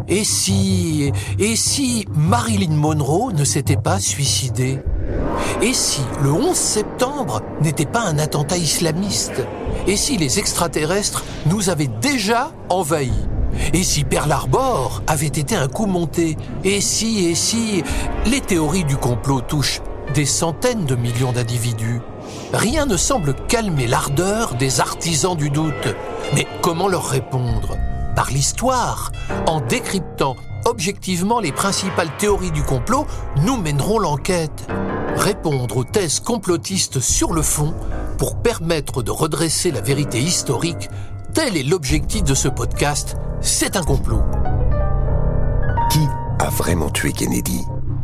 Et si Marilyn Monroe ne s'était pas suicidée? Et si le 11 septembre n'était pas un attentat islamiste? Et si les extraterrestres nous avaient déjà envahis? Et si Pearl Harbor avait été un coup monté? Et si les théories du complot touchent des centaines de millions d'individus? Rien ne semble calmer l'ardeur des artisans du doute. Mais comment leur répondre? Par l'histoire, en décryptant objectivement les principales théories du complot, nous mènerons l'enquête. Répondre aux thèses complotistes sur le fond pour permettre de redresser la vérité historique, tel est l'objectif de ce podcast. C'est un complot. Qui a vraiment tué Kennedy ?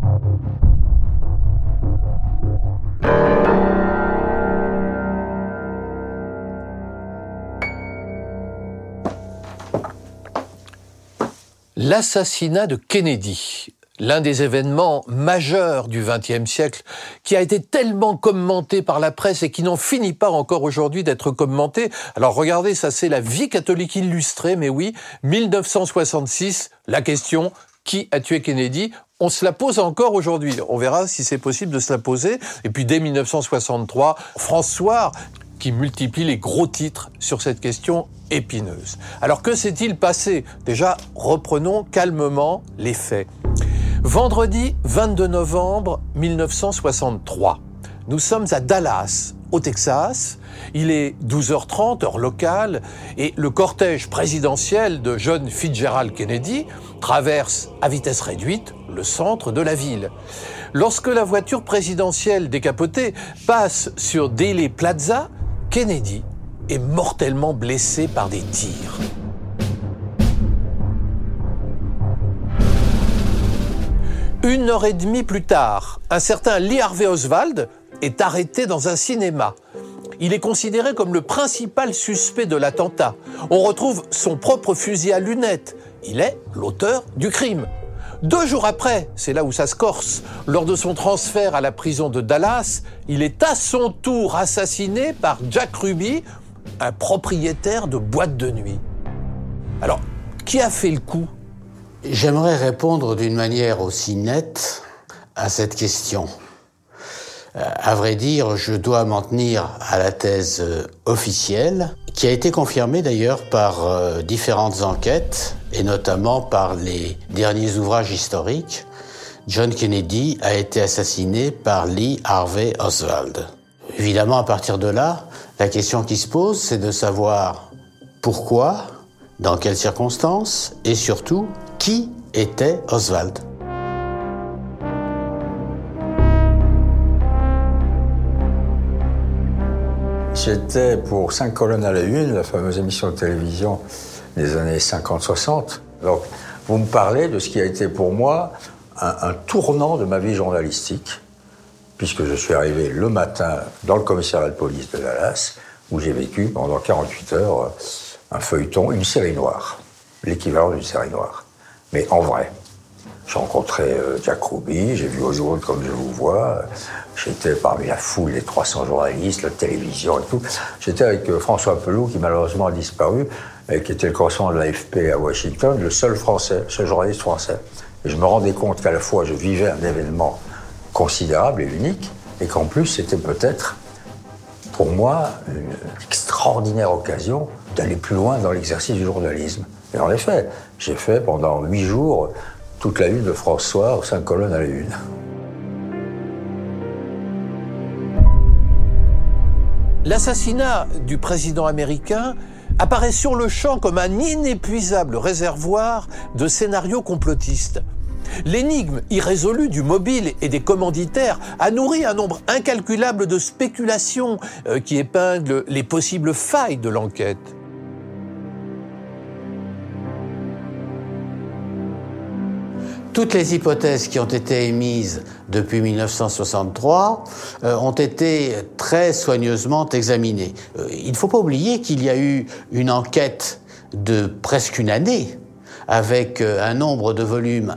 L'assassinat de Kennedy, l'un des événements majeurs du XXe siècle, qui a été tellement commenté par la presse et qui n'en finit pas encore aujourd'hui d'être commenté. Alors regardez, ça c'est la vie catholique illustrée, mais oui, 1966, la question, qui a tué Kennedy ? On se la pose encore aujourd'hui. On verra si c'est possible de se la poser. Et puis dès 1963, François, qui multiplie les gros titres sur cette question épineuse. Alors que s'est-il passé ? Déjà, reprenons calmement les faits. Vendredi 22 novembre 1963, nous sommes à Dallas, au Texas. Il est 12h30, heure locale, et le cortège présidentiel de John Fitzgerald Kennedy traverse à vitesse réduite le centre de la ville. Lorsque la voiture présidentielle décapotée passe sur Dealey Plaza, Kennedy est mortellement blessé par des tirs. Une heure et demie plus tard, un certain Lee Harvey Oswald est arrêté dans un cinéma. Il est considéré comme le principal suspect de l'attentat. On retrouve son propre fusil à lunettes. Il est l'auteur du crime. 2 jours après, c'est là où ça se corse, lors de son transfert à la prison de Dallas, il est à son tour assassiné par Jack Ruby, un propriétaire de boîte de nuit. Alors, qui a fait le coup ? J'aimerais répondre d'une manière aussi nette à cette question. À vrai dire, je dois m'en tenir à la thèse officielle, qui a été confirmée d'ailleurs par différentes enquêtes, et notamment par les derniers ouvrages historiques. John Kennedy a été assassiné par Lee Harvey Oswald. Évidemment, à partir de là, la question qui se pose, c'est de savoir pourquoi, dans quelles circonstances, et surtout, qui était Oswald ? J'étais pour 5 colonnes à la une, la fameuse émission de télévision des années 50-60. Donc, vous me parlez de ce qui a été pour moi un tournant de ma vie journalistique, puisque je suis arrivé le matin dans le commissariat de police de Dallas, où j'ai vécu pendant 48 heures un feuilleton, une série noire, l'équivalent d'une série noire, mais en vrai. J'ai rencontré Jack Ruby, j'ai vu Oswald comme je vous vois, j'étais parmi la foule des 300 journalistes, la télévision et tout. J'étais avec François Pelloux, qui malheureusement a disparu, et qui était le correspondant de l'AFP à Washington, le seul français, seul journaliste français. Et je me rendais compte qu'à la fois je vivais un événement considérable et unique, et qu'en plus c'était peut-être, pour moi, une extraordinaire occasion d'aller plus loin dans l'exercice du journalisme. Et en effet, j'ai fait pendant 8 jours toute la une de François, aux 5 colonnes à la une. L'assassinat du président américain apparaît sur le champ comme un inépuisable réservoir de scénarios complotistes. L'énigme irrésolue du mobile et des commanditaires a nourri un nombre incalculable de spéculations qui épinglent les possibles failles de l'enquête. Toutes les hypothèses qui ont été émises depuis 1963 ont été très soigneusement examinées. Il ne faut pas oublier qu'il y a eu une enquête de presque une année avec un nombre de volumes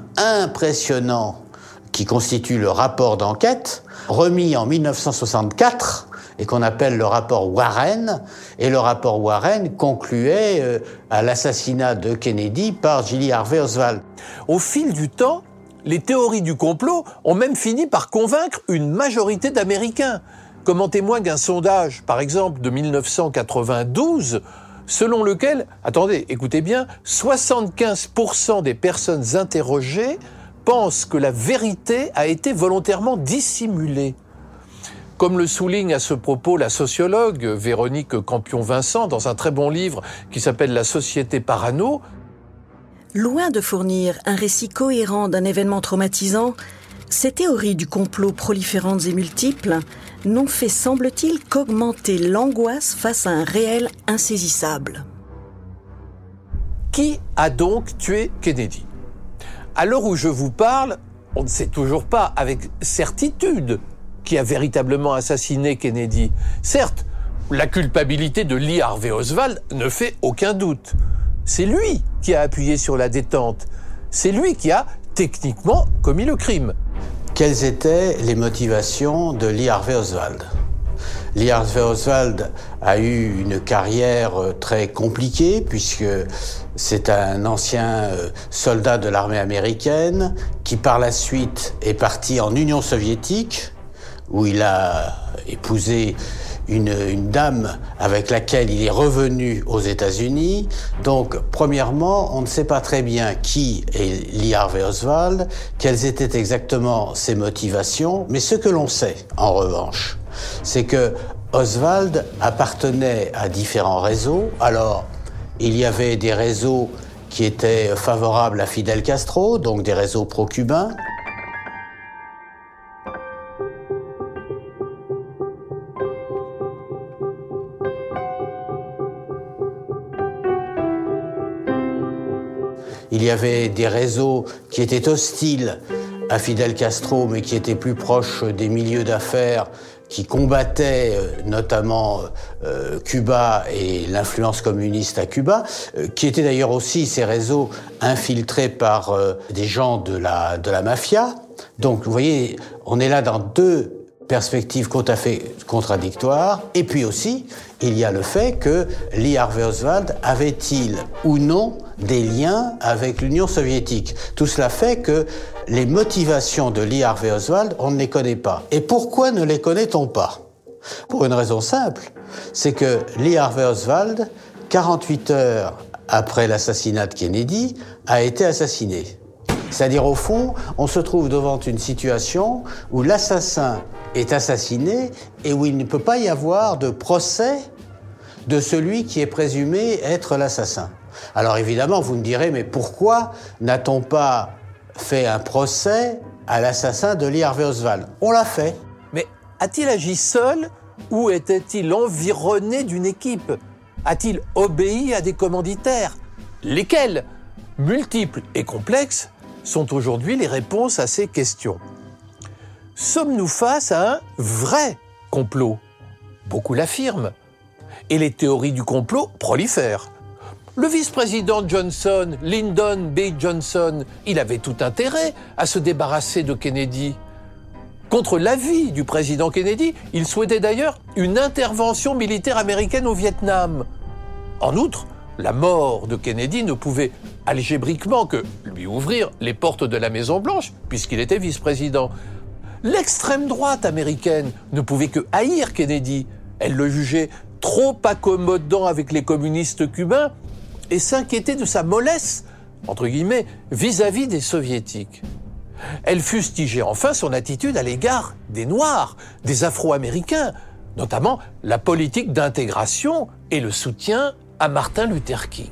impressionnant qui constitue le rapport d'enquête, remis en 1964 et qu'on appelle le rapport Warren. Et le rapport Warren concluait à l'assassinat de Kennedy par J. Harvey Oswald. Au fil du temps, les théories du complot ont même fini par convaincre une majorité d'Américains. Comme en témoigne un sondage, par exemple, de 1992, selon lequel, attendez, écoutez bien, 75% des personnes interrogées pensent que la vérité a été volontairement dissimulée. Comme le souligne à ce propos la sociologue Véronique Campion-Vincent dans un très bon livre qui s'appelle « La société parano », loin de fournir un récit cohérent d'un événement traumatisant, ces théories du complot proliférantes et multiples n'ont fait, semble-t-il, qu'augmenter l'angoisse face à un réel insaisissable. Qui a donc tué Kennedy ? À l'heure où je vous parle, on ne sait toujours pas avec certitude qui a véritablement assassiné Kennedy. Certes, la culpabilité de Lee Harvey Oswald ne fait aucun doute. C'est lui qui a appuyé sur la détente. C'est lui qui a, techniquement, commis le crime. Quelles étaient les motivations de Lee Harvey Oswald ? Lee Harvey Oswald a eu une carrière très compliquée puisque c'est un ancien soldat de l'armée américaine qui par la suite est parti en Union soviétique où il a épousé une dame avec laquelle il est revenu aux États-Unis. Donc, premièrement, on ne sait pas très bien qui est Lee Harvey Oswald, quelles étaient exactement ses motivations, mais ce que l'on sait, en revanche, c'est que Oswald appartenait à différents réseaux. Alors, il y avait des réseaux qui étaient favorables à Fidel Castro, donc des réseaux pro-cubains. Il y avait des réseaux qui étaient hostiles à Fidel Castro, mais qui étaient plus proches des milieux d'affaires, qui combattaient notamment Cuba et l'influence communiste à Cuba, qui étaient d'ailleurs aussi ces réseaux infiltrés par des gens de la mafia. Donc vous voyez, on est là dans deux perspectives tout à fait contradictoires. Et puis aussi, il y a le fait que Lee Harvey Oswald avait-il ou non des liens avec l'Union soviétique. Tout cela fait que les motivations de Lee Harvey Oswald, on ne les connaît pas. Et pourquoi ne les connaît-on pas ? Pour une raison simple, c'est que Lee Harvey Oswald, 48 heures après l'assassinat de Kennedy, a été assassiné. C'est-à-dire, au fond, on se trouve devant une situation où l'assassin est assassiné et où il ne peut pas y avoir de procès de celui qui est présumé être l'assassin. Alors évidemment, vous me direz, mais pourquoi n'a-t-on pas fait un procès à l'assassin de Lee Harvey Oswald ? On l'a fait. Mais a-t-il agi seul ou était-il environné d'une équipe ? A-t-il obéi à des commanditaires ? Lesquels, multiples et complexes, sont aujourd'hui les réponses à ces questions. Sommes-nous face à un vrai complot ? Beaucoup l'affirment. Et les théories du complot prolifèrent. Le vice-président Johnson, Lyndon B. Johnson, il avait tout intérêt à se débarrasser de Kennedy. Contre l'avis du président Kennedy, il souhaitait d'ailleurs une intervention militaire américaine au Vietnam. En outre, la mort de Kennedy ne pouvait algébriquement que lui ouvrir les portes de la Maison-Blanche, puisqu'il était vice-président. L'extrême droite américaine ne pouvait que haïr Kennedy. Elle le jugeait trop accommodant avec les communistes cubains et s'inquiétait de sa mollesse, entre guillemets, vis-à-vis des soviétiques. Elle fustigeait enfin son attitude à l'égard des Noirs, des Afro-Américains, notamment la politique d'intégration et le soutien à Martin Luther King.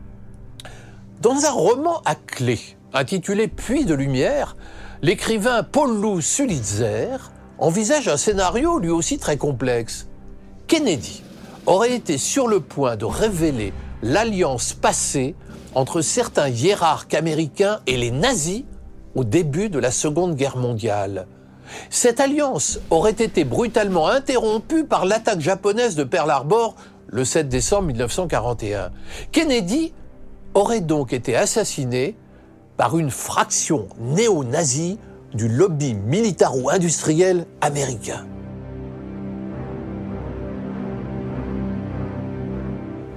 Dans un roman à clé, intitulé Puits de lumière, l'écrivain Paul-Lou Sulitzer envisage un scénario lui aussi très complexe. Kennedy aurait été sur le point de révéler l'alliance passée entre certains hiérarques américains et les nazis au début de la Seconde Guerre mondiale. Cette alliance aurait été brutalement interrompue par l'attaque japonaise de Pearl Harbor le 7 décembre 1941. Kennedy aurait donc été assassiné par une fraction néo-nazie du lobby militaro-industriel américain.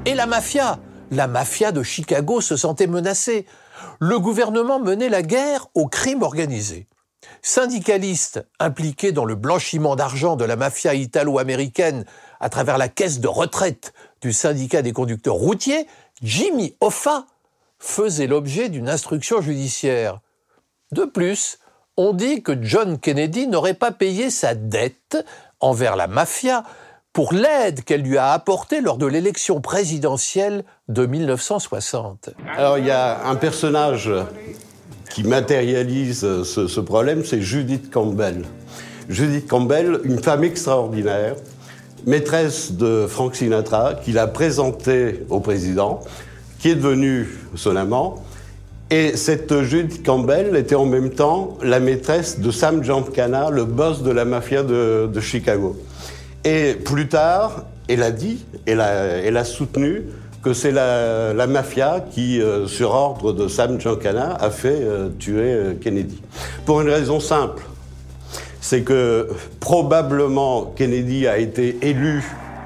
Et la mafia de Chicago se sentait menacée. Le gouvernement menait la guerre au crime organisé. Syndicaliste impliqué dans le blanchiment d'argent de la mafia italo-américaine à travers la caisse de retraite du syndicat des conducteurs routiers, Jimmy Hoffa faisait l'objet d'une instruction judiciaire. De plus, on dit que John Kennedy n'aurait pas payé sa dette envers la mafia pour l'aide qu'elle lui a apportée lors de l'élection présidentielle de 1960. Alors il y a un personnage qui matérialise ce problème, c'est Judith Campbell. Judith Campbell, une femme extraordinaire, maîtresse de Frank Sinatra, qui l'a présentée au président, qui est devenu son amant. Et cette Judith Campbell était en même temps la maîtresse de Sam Giancana, le boss de la mafia de Chicago. Et plus tard, elle a dit, elle a soutenu que c'est la mafia qui, sur ordre de Sam Giancana, a fait tuer Kennedy. Pour une raison simple, c'est que probablement Kennedy a été élu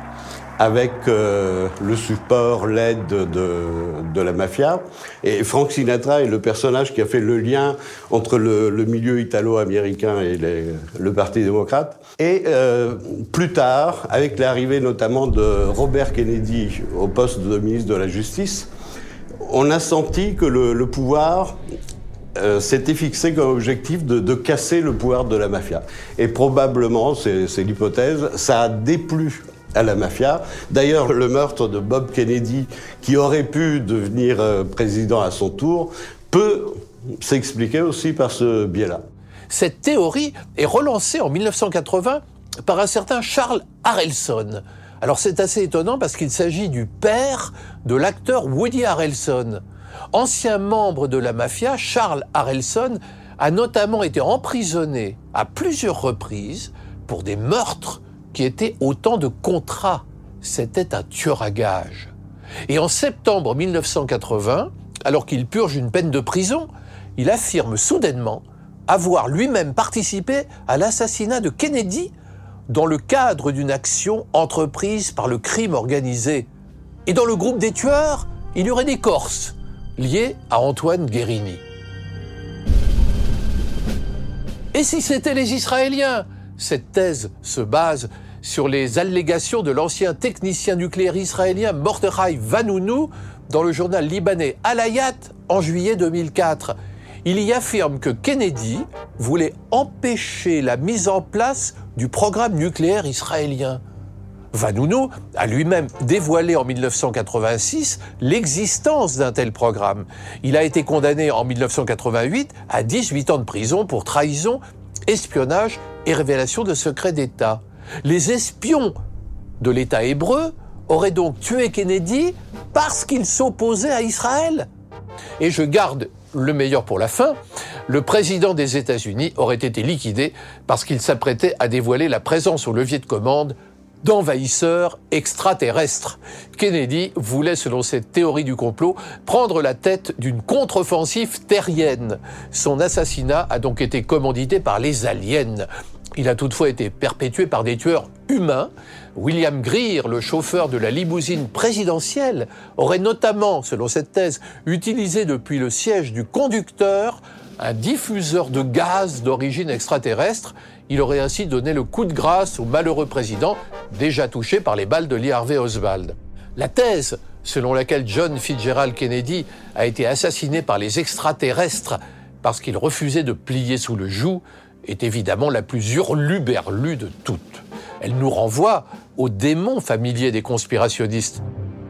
avec le support, l'aide de la mafia. Et Frank Sinatra est le personnage qui a fait le lien entre le milieu italo-américain et le Parti démocrate. Et plus tard, avec l'arrivée notamment de Robert Kennedy au poste de ministre de la Justice, on a senti que le pouvoir s'était fixé comme objectif de casser le pouvoir de la mafia. Et probablement, c'est l'hypothèse, ça a déplu à la mafia. D'ailleurs, le meurtre de Bob Kennedy, qui aurait pu devenir président à son tour, peut s'expliquer aussi par ce biais-là. Cette théorie est relancée en 1980 par un certain Charles Harrelson. Alors c'est assez étonnant parce qu'il s'agit du père de l'acteur Woody Harrelson. Ancien membre de la mafia, Charles Harrelson a notamment été emprisonné à plusieurs reprises pour des meurtres qui étaient autant de contrats. C'était un tueur à gages. Et en septembre 1980, alors qu'il purge une peine de prison, il affirme soudainement avoir lui-même participé à l'assassinat de Kennedy dans le cadre d'une action entreprise par le crime organisé. Et dans le groupe des tueurs, il y aurait des Corses, liés à Antoine Guérini. Et si c'était les Israéliens ? Cette thèse se base sur les allégations de l'ancien technicien nucléaire israélien Mordechai Vanunu dans le journal libanais Al-Hayat en juillet 2004. Il y affirme que Kennedy voulait empêcher la mise en place du programme nucléaire israélien. Vanunu a lui-même dévoilé en 1986 l'existence d'un tel programme. Il a été condamné en 1988 à 18 ans de prison pour trahison, espionnage et révélation de secrets d'État. Les espions de l'État hébreu auraient donc tué Kennedy parce qu'il s'opposait à Israël. Et je garde le meilleur pour la fin, le président des États-Unis aurait été liquidé parce qu'il s'apprêtait à dévoiler la présence au levier de commande d'envahisseurs extraterrestres. Kennedy voulait, selon cette théorie du complot, prendre la tête d'une contre-offensive terrienne. Son assassinat a donc été commandité par les aliens. Il a toutefois été perpétué par des tueurs humains. William Greer, le chauffeur de la limousine présidentielle, aurait notamment, selon cette thèse, utilisé depuis le siège du conducteur un diffuseur de gaz d'origine extraterrestre. Il aurait ainsi donné le coup de grâce au malheureux président, déjà touché par les balles de Lee Harvey Oswald. La thèse selon laquelle John Fitzgerald Kennedy a été assassiné par les extraterrestres parce qu'il refusait de plier sous le joug est évidemment la plus hurluberlue de toutes. Elle nous renvoie aux démons familiers des conspirationnistes.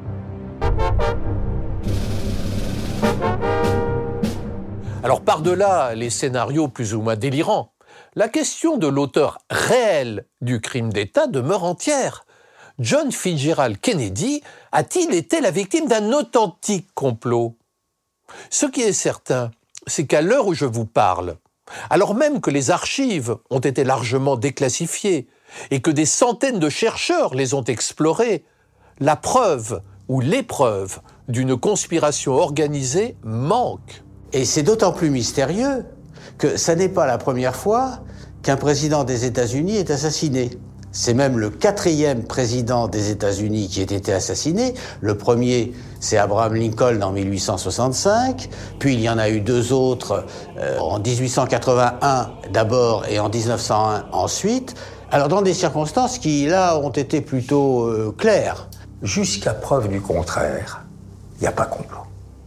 Alors par-delà les scénarios plus ou moins délirants, la question de l'auteur réel du crime d'État demeure entière. John Fitzgerald Kennedy a-t-il été la victime d'un authentique complot ? Ce qui est certain, c'est qu'à l'heure où je vous parle, alors même que les archives ont été largement déclassifiées et que des centaines de chercheurs les ont explorées, la preuve ou les preuves d'une conspiration organisée manquent. Et c'est d'autant plus mystérieux que ça n'est pas la première fois qu'un président des États-Unis est assassiné. C'est même le 4e président des États-Unis qui ait été assassiné. Le premier, c'est Abraham Lincoln en 1865. Puis il y en a eu 2 autres en 1881 d'abord et en 1901 ensuite. Alors dans des circonstances qui, là, ont été plutôt claires. Jusqu'à preuve du contraire, il n'y a pas complot.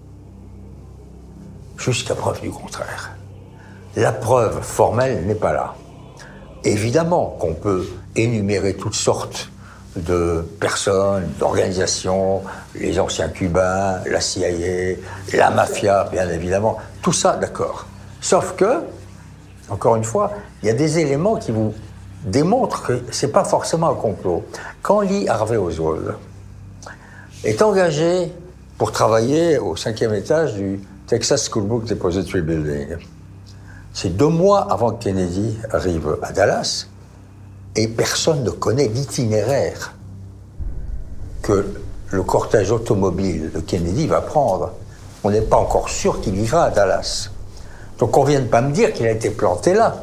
Jusqu'à preuve du contraire. La preuve formelle n'est pas là. Évidemment qu'on peut énumérer toutes sortes de personnes, d'organisations, les anciens Cubains, la CIA, la mafia, bien évidemment, tout ça, d'accord. Sauf que, encore une fois, il y a des éléments qui vous démontrent que c'est pas forcément un complot. Quand Lee Harvey Oswald est engagé pour travailler au 5e étage du Texas School Book Depository Building, c'est 2 mois avant que Kennedy arrive à Dallas, et personne ne connaît l'itinéraire que le cortège automobile de Kennedy va prendre. On n'est pas encore sûr qu'il ira à Dallas. Donc on ne vient de pas me dire qu'il a été planté là.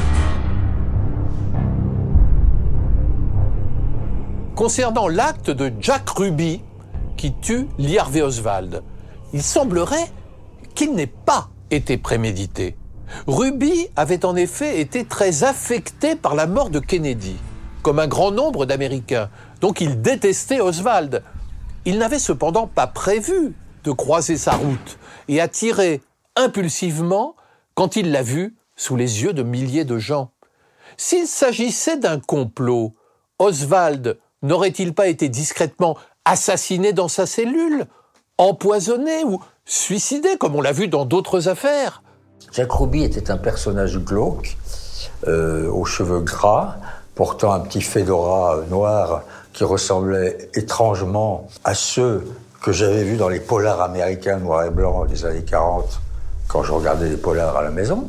Concernant l'acte de Jack Ruby qui tue Lee Harvey Oswald, il semblerait qu'il n'ait pas été prémédité. Ruby avait en effet été très affecté par la mort de Kennedy, comme un grand nombre d'Américains, donc il détestait Oswald. Il n'avait cependant pas prévu de croiser sa route et a tiré impulsivement quand il l'a vu sous les yeux de milliers de gens. S'il s'agissait d'un complot, Oswald n'aurait-il pas été discrètement assassiné dans sa cellule, empoisonné ou suicidé, comme on l'a vu dans d'autres affaires ? Jack Ruby était un personnage glauque, aux cheveux gras, portant un petit fedora noir qui ressemblait étrangement à ceux que j'avais vus dans les polars américains noir et blanc des années 40, quand je regardais les polars à la maison.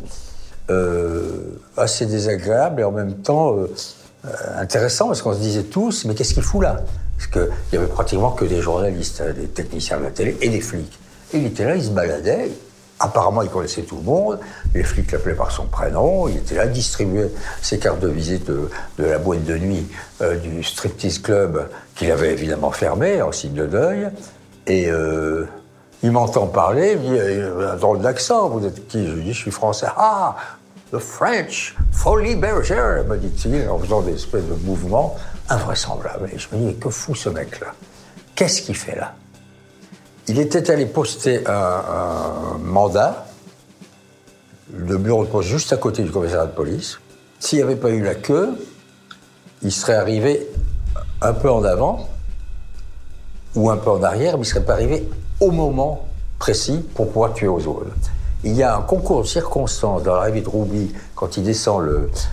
Assez désagréable et en même temps intéressant, parce qu'on se disait tous, mais qu'est-ce qu'il fout là ? Parce qu'il y avait pratiquement que des journalistes, des techniciens de la télé et des flics. Et il était là, il se baladait. Apparemment, il connaissait tout le monde. Les flics l'appelaient par son prénom. Il était là, distribuait ses cartes de visite de la boîte de nuit du striptease club qu'il avait évidemment fermé en signe de deuil. Et il m'entend parler, il me dit un drôle d'accent. Vous êtes qui ? Je lui dis, je suis français. Ah, the French, Folie Bergère, me dit-il, en faisant des espèces de mouvements invraisemblables. Et je me dis, mais que fout ce mec-là ? Qu'est-ce qu'il fait là ? Il était allé poster un mandat, le bureau de poste juste à côté du commissariat de police. S'il n'y avait pas eu la queue, il serait arrivé un peu en avant ou un peu en arrière, mais il ne serait pas arrivé au moment précis pour pouvoir tuer Oswald. Il y a un concours de circonstances dans la vie de Ruby quand il descend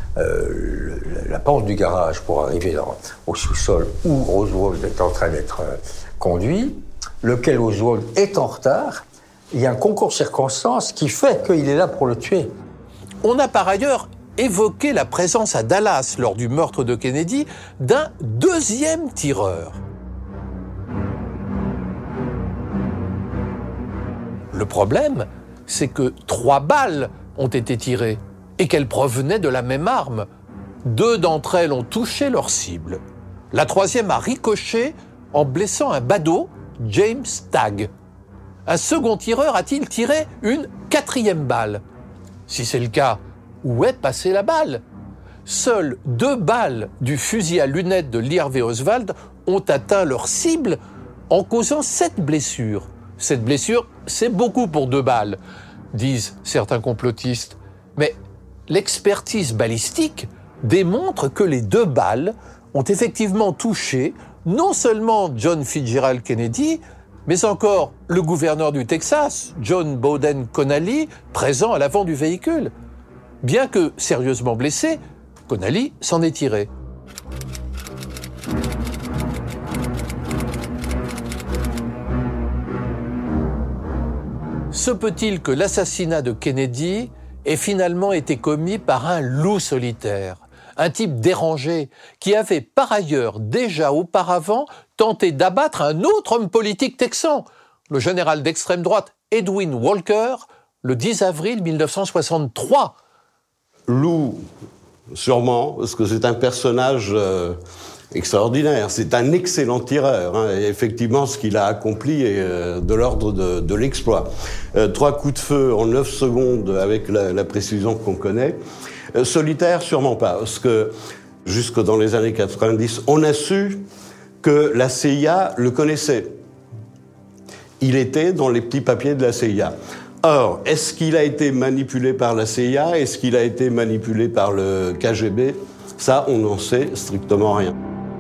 la pente du garage pour arriver au sous-sol où Oswald est en train d'être conduit, lequel Oswald est en retard. Il y a un concours de circonstances qui fait qu'il est là pour le tuer. On a par ailleurs évoqué la présence à Dallas, lors du meurtre de Kennedy, d'un 2e tireur. Le problème, c'est que 3 balles ont été tirées et qu'elles provenaient de la même arme. 2 d'entre elles ont touché leur cible. La 3e a ricoché en blessant un badaud, James Tagg. Un second tireur a-t-il tiré une 4e balle ? Si c'est le cas, où est passée la balle ? Seules 2 balles du fusil à lunettes de Lee Harvey Oswald ont atteint leur cible en causant 7 blessures. Cette blessure, c'est beaucoup pour 2 balles, disent certains complotistes. Mais l'expertise balistique démontre que les 2 balles ont effectivement touché non seulement John Fitzgerald Kennedy, mais encore le gouverneur du Texas, John Bowden Connally, présent à l'avant du véhicule. Bien que sérieusement blessé, Connally s'en est tiré. Se peut-il que l'assassinat de Kennedy ait finalement été commis par un loup solitaire, un type dérangé qui avait par ailleurs déjà auparavant tenté d'abattre un autre homme politique texan, le général d'extrême droite Edwin Walker, le 10 avril 1963. Lou sûrement, parce que c'est un personnage extraordinaire. C'est un excellent tireur. Hein, et effectivement, ce qu'il a accompli est de l'ordre de l'exploit. 3 coups de feu en 9 secondes avec la précision qu'on connaît. Solitaire, sûrement pas, parce que jusque dans les années 90, on a su que la CIA le connaissait. Il était dans les petits papiers de la CIA. Or, est-ce qu'il a été manipulé par la CIA? Est-ce qu'il a été manipulé par le KGB? Ça, on n'en sait strictement rien.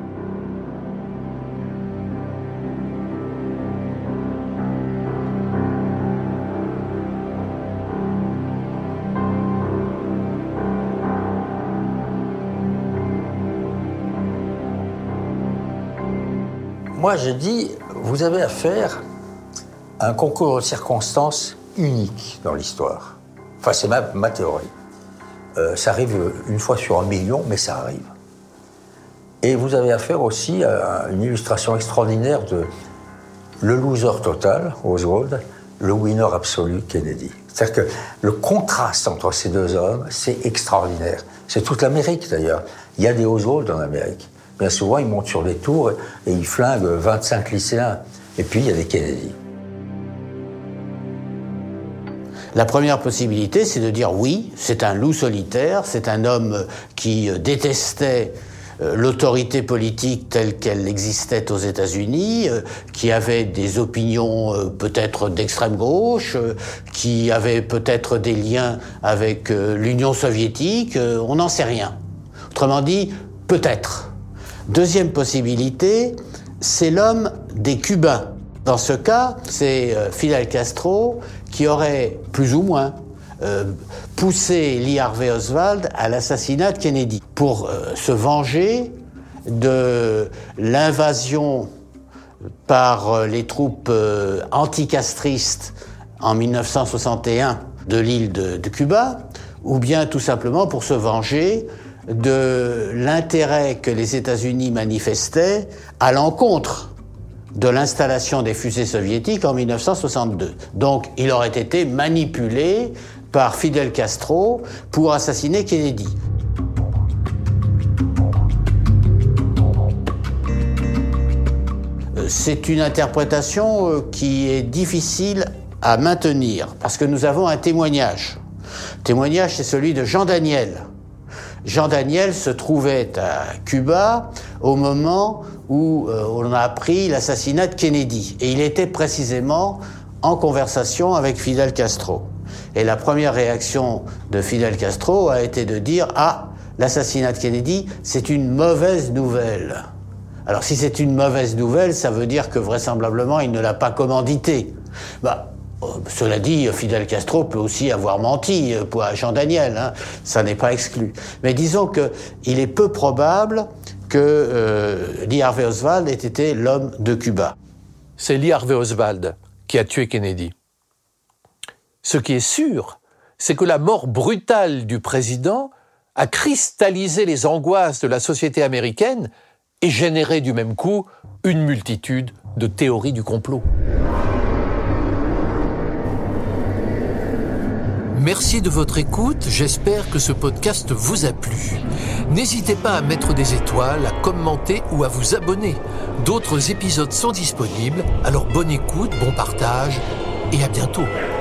Moi, je dis, vous avez affaire à un concours de circonstances unique dans l'histoire. Enfin, c'est ma théorie. Ça arrive une fois sur 1 million, mais ça arrive. Et vous avez affaire aussi à une illustration extraordinaire de le loser total, Oswald, le winner absolu, Kennedy. C'est-à-dire que le contraste entre ces deux hommes, c'est extraordinaire. C'est toute l'Amérique, d'ailleurs. Il y a des Oswald en Amérique. Bien souvent, ils montent sur des tours et ils flinguent 25 lycéens. Et puis, il y a des Kennedy. La première possibilité, c'est de dire oui, c'est un loup solitaire, c'est un homme qui détestait l'autorité politique telle qu'elle existait aux États-Unis, qui avait des opinions peut-être d'extrême gauche, qui avait peut-être des liens avec l'Union soviétique, on n'en sait rien. Autrement dit, peut-être. Deuxième possibilité, c'est l'homme des Cubains. Dans ce cas, c'est Fidel Castro qui aurait, plus ou moins, poussé Lee Harvey Oswald à l'assassinat de Kennedy pour se venger de l'invasion par les troupes anticastristes en 1961 de l'île de Cuba, ou bien tout simplement pour se venger de l'intérêt que les États-Unis manifestaient à l'encontre de l'installation des fusées soviétiques en 1962. Donc, il aurait été manipulé par Fidel Castro pour assassiner Kennedy. C'est une interprétation qui est difficile à maintenir, parce que nous avons un témoignage. Le témoignage, c'est celui de Jean Daniel. Jean Daniel se trouvait à Cuba au moment où on a appris l'assassinat de Kennedy. Et il était précisément en conversation avec Fidel Castro. Et la première réaction de Fidel Castro a été de dire « Ah, l'assassinat de Kennedy, c'est une mauvaise nouvelle ». Alors si c'est une mauvaise nouvelle, ça veut dire que vraisemblablement il ne l'a pas commandité. Cela dit, Fidel Castro peut aussi avoir menti à Jean Daniel, hein. Ça n'est pas exclu. Mais disons qu'il est peu probable que Lee Harvey Oswald ait été l'homme de Cuba. C'est Lee Harvey Oswald qui a tué Kennedy. Ce qui est sûr, c'est que la mort brutale du président a cristallisé les angoisses de la société américaine et généré du même coup une multitude de théories du complot. Merci de votre écoute, j'espère que ce podcast vous a plu. N'hésitez pas à mettre des étoiles, à commenter ou à vous abonner. D'autres épisodes sont disponibles, alors bonne écoute, bon partage et à bientôt.